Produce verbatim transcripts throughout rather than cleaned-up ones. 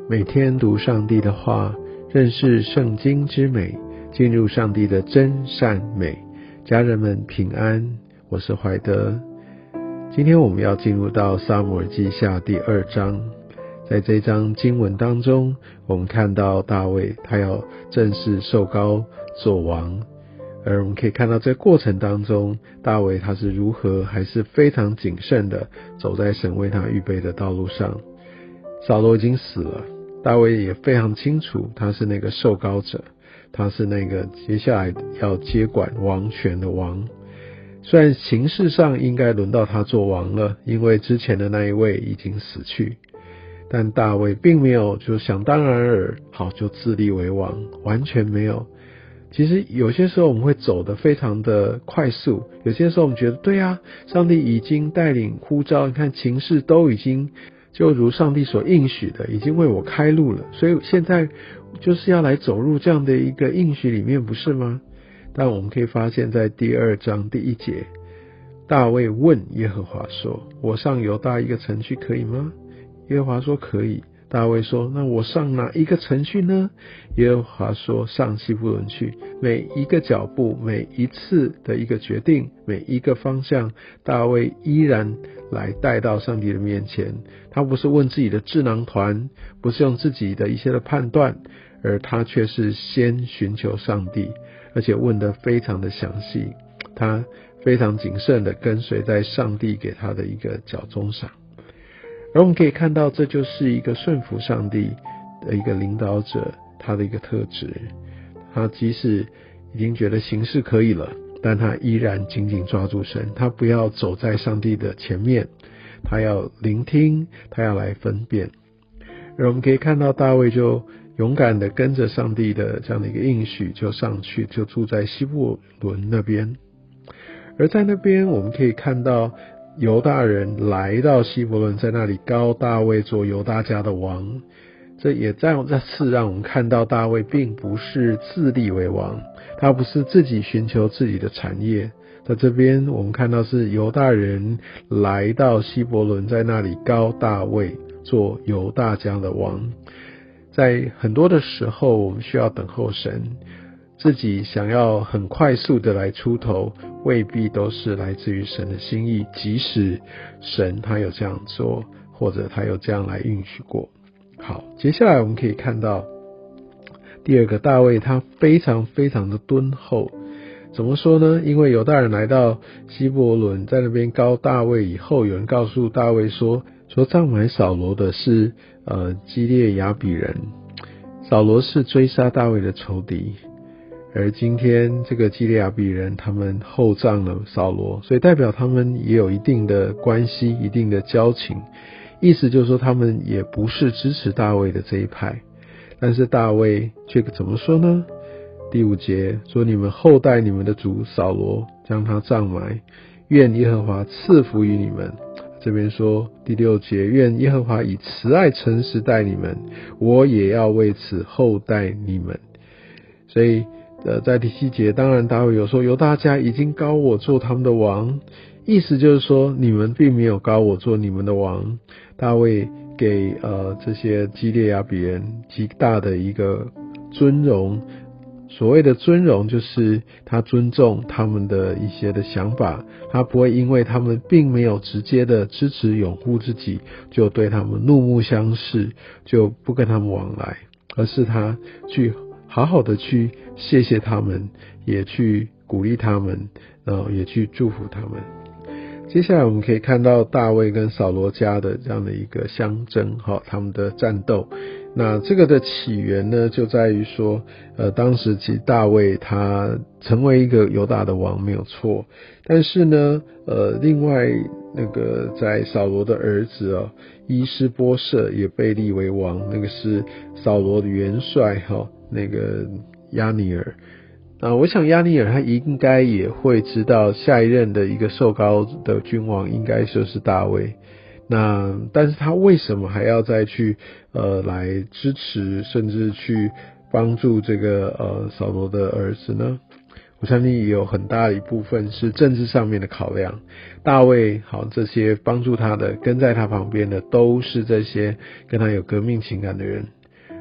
每天读上帝的话，认识圣经之美，进入上帝的真善美。家人们平安，我是怀德。今天我们要进入到撒母耳记下第二章。在这章经文当中，我们看到大卫他要正式受膏做王，而我们可以看到这个过程当中，大卫他是如何还是非常谨慎的走在神为他预备的道路上。扫罗已经死了，大卫也非常清楚他是那个受膏者，他是那个接下来要接管王权的王。虽然形式上应该轮到他做王了，因为之前的那一位已经死去，但大卫并没有就想当然尔好就自立为王，完全没有。其实有些时候我们会走得非常的快速，有些时候我们觉得对啊，上帝已经带领呼召，你看情势都已经就如上帝所应许的，已经为我开路了，所以现在就是要来走入这样的一个应许里面，不是吗？但我们可以发现在第二章第一节，大卫问耶和华说，我上犹大一个城去可以吗？耶和华说可以。大卫说，那我上哪一个城去呢？耶和华说，上西布伦去。每一个脚步，每一次的一个决定，每一个方向，大卫依然来带到上帝的面前。他不是问自己的智囊团，不是用自己的一些的判断，而他却是先寻求上帝，而且问得非常的详细，他非常谨慎的跟随在上帝给他的一个脚踪上。而我们可以看到，这就是一个顺服上帝的一个领导者，他的一个特质。他即使已经觉得形势可以了，但他依然紧紧抓住神，他不要走在上帝的前面，他要聆听，他要来分辨。而我们可以看到大卫就勇敢的跟着上帝的这样的一个应许，就上去，就住在西布伦那边。而在那边我们可以看到犹大人来到西伯伦，在那里膏大卫做犹大家的王。这也再次让我们看到大卫并不是自立为王，他不是自己寻求自己的产业。在这边我们看到是犹大人来到西伯伦，在那里膏大卫做犹大家的王。在很多的时候我们需要等候神，自己想要很快速的来出头，未必都是来自于神的心意，即使神他有这样做，或者他有这样来允许过。好，接下来我们可以看到第二个，大卫他非常非常的敦厚。怎么说呢？因为犹大人来到西伯伦，在那边膏大卫以后，有人告诉大卫说说葬埋扫罗的是呃基列雅比人，扫罗是追杀大卫的仇敌，而今天这个基列雅比人他们厚葬了扫罗，所以代表他们也有一定的关系，一定的交情，意思就是说他们也不是支持大卫的这一派。但是大卫却怎么说呢？第五节说，你们厚待你们的主扫罗，将他葬埋，愿耶和华赐福于你们。这边说第六节，愿耶和华以慈爱诚实待你们，我也要为此厚待你们。所以呃，在第七节，当然大卫有说，犹大家已经膏我做他们的王，意思就是说你们并没有膏我做你们的王。大卫给呃这些基列雅比人极大的一个尊荣，所谓的尊荣就是他尊重他们的一些的想法，他不会因为他们并没有直接的支持拥护自己，就对他们怒目相视，就不跟他们往来，而是他去好好的去谢谢他们，也去鼓励他们，然后也去祝福他们。接下来我们可以看到大卫跟扫罗家的这样的一个相争，他们的战斗。那这个的起源呢，就在于说呃，当时其实大卫他成为一个犹大的王没有错，但是呢呃，另外那个在扫罗的儿子哦，伊施波设也被立为王，那个是扫罗的元帅哈，那个亚尼尔。那我想亚尼尔他应该也会知道下一任的一个受膏的君王应该就是大卫。那但是他为什么还要再去呃来支持甚至去帮助这个呃扫罗的儿子呢？我相信也有很大的一部分是政治上面的考量。大卫好，这些帮助他的跟在他旁边的都是这些跟他有革命情感的人，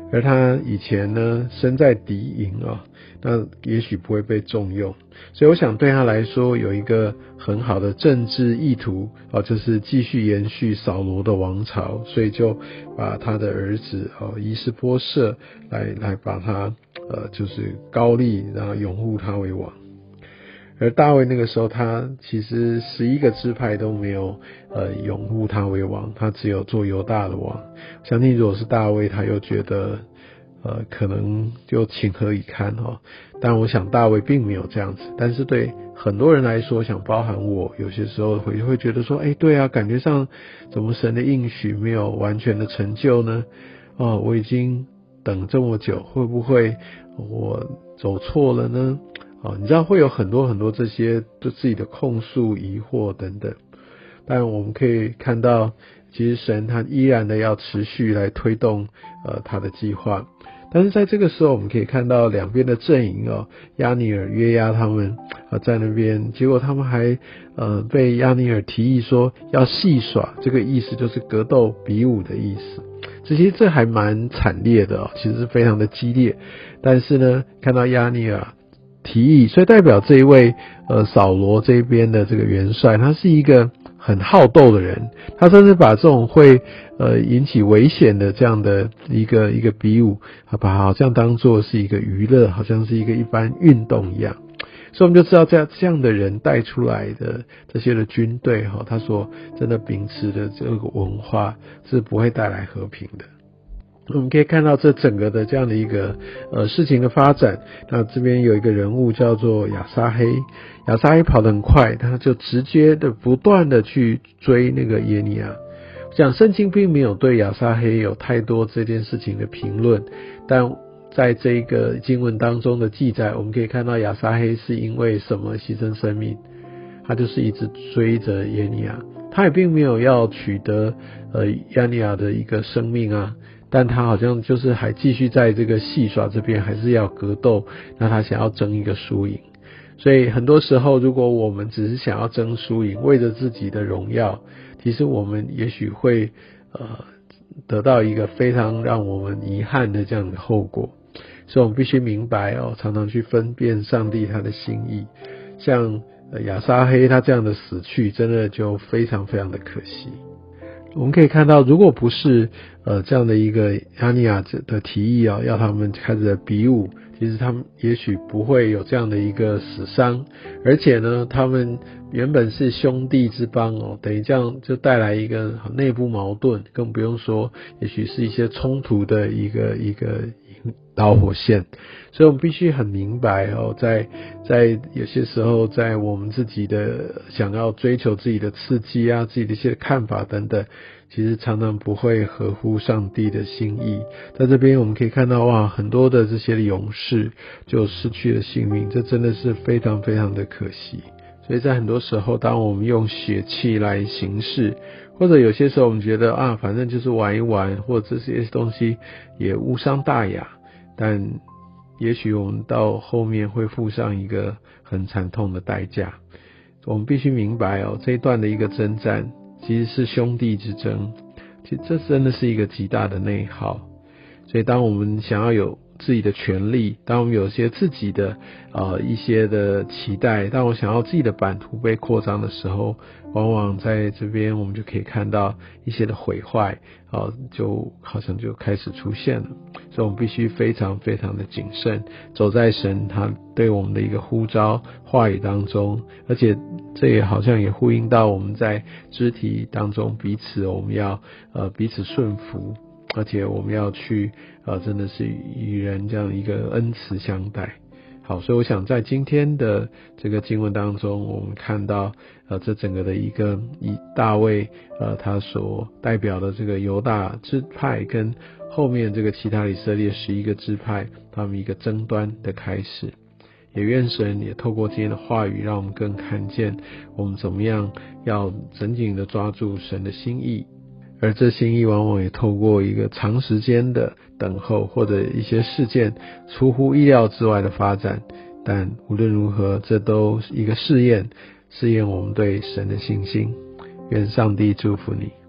而他以前呢身在敌营啊，那也许不会被重用，所以我想对他来说有一个很好的政治意图啊，就是继续延续扫罗的王朝，所以就把他的儿子哦伊施波设来来把他呃就是高立，然后拥护他为王。而大卫那个时候，他其实十一个支派都没有呃拥护他为王，他只有做犹大的王。相信如果是大卫，他又觉得呃可能就情何以堪哦。但我想大卫并没有这样子，但是对很多人来说，想包含我，有些时候会会觉得说，哎，对啊，感觉上怎么神的应许没有完全的成就呢？哦，我已经等这么久，会不会我走错了呢？哦，你知道会有很多很多这些对自己的控诉、疑惑等等，但我们可以看到，其实神他依然的要持续来推动呃他的计划。但是在这个时候，我们可以看到两边的阵营哦，亚尼尔、约押他们呃在那边，结果他们还呃被亚尼尔提议说要戏耍，这个意思就是格斗比武的意思。其实这还蛮惨烈的哦，其实是非常的激烈。但是呢，看到亚尼尔提议，所以代表这一位呃扫罗这边的这个元帅，他是一个很好斗的人，他甚至把这种会呃引起危险的这样的一个一个比武，他把它好像当作是一个娱乐，好像是一个一般运动一样。所以我们就知道这样这样的人带出来的这些的军队哈，他所真的秉持的这个文化是不会带来和平的。我们可以看到这整个的这样的一个呃事情的发展。那这边有一个人物叫做亚撒黑，亚撒黑跑得很快，他就直接的不断的去追那个耶尼亚。讲圣经并没有对亚撒黑有太多这件事情的评论，但在这个经文当中的记载，我们可以看到亚撒黑是因为什么牺牲生命？他就是一直追着耶尼亚，他也并没有要取得呃耶尼亚的一个生命啊。但他好像就是还继续在这个戏耍这边，还是要格斗，那他想要争一个输赢。所以很多时候，如果我们只是想要争输赢，为着自己的荣耀，其实我们也许会呃得到一个非常让我们遗憾的这样的后果。所以我们必须明白哦，常常去分辨上帝他的心意。像呃亚撒黑他这样的死去，真的就非常非常的可惜。我们可以看到，如果不是呃这样的一个亚尼亚的提议啊，要他们开始比武，其实他们也许不会有这样的一个死伤，而且呢，他们原本是兄弟之邦哦，等于这样就带来一个内部矛盾，更不用说也许是一些冲突的一个一个导火线。所以我们必须很明白哦，在在有些时候，在我们自己的想要追求自己的刺激啊，自己的一些看法等等，其实常常不会合乎上帝的心意。在这边我们可以看到，哇，很多的这些勇士就失去了性命，这真的是非常非常的可惜。所以在很多时候，当我们用血气来行事，或者有些时候我们觉得啊，反正就是玩一玩，或者这些东西也无伤大雅，但也许我们到后面会付上一个很惨痛的代价。我们必须明白哦，这一段的一个征战其实是兄弟之争，其实这真的是一个极大的内耗。所以当我们想要有自己的权利，当我们有些自己的呃一些的期待，当我想要自己的版图被扩张的时候，往往在这边我们就可以看到一些的毁坏，呃，就好像就开始出现了。所以我们必须非常非常的谨慎，走在神他对我们的一个呼召话语当中，而且这也好像也呼应到我们在肢体当中彼此我们要呃彼此顺服，而且我们要去呃真的是与人这样一个恩慈相待。好，所以我想在今天的这个经文当中，我们看到呃这整个的一个以大卫呃他所代表的这个犹大支派跟后面这个其他以色列十一个支派他们一个争端的开始。也愿神也透过今天的话语，让我们更看见我们怎么样要紧紧的抓住神的心意，而这心意往往也透过一个长时间的等候，或者一些事件出乎意料之外的发展，但无论如何，这都是一个试验，试验我们对神的信心。愿上帝祝福你。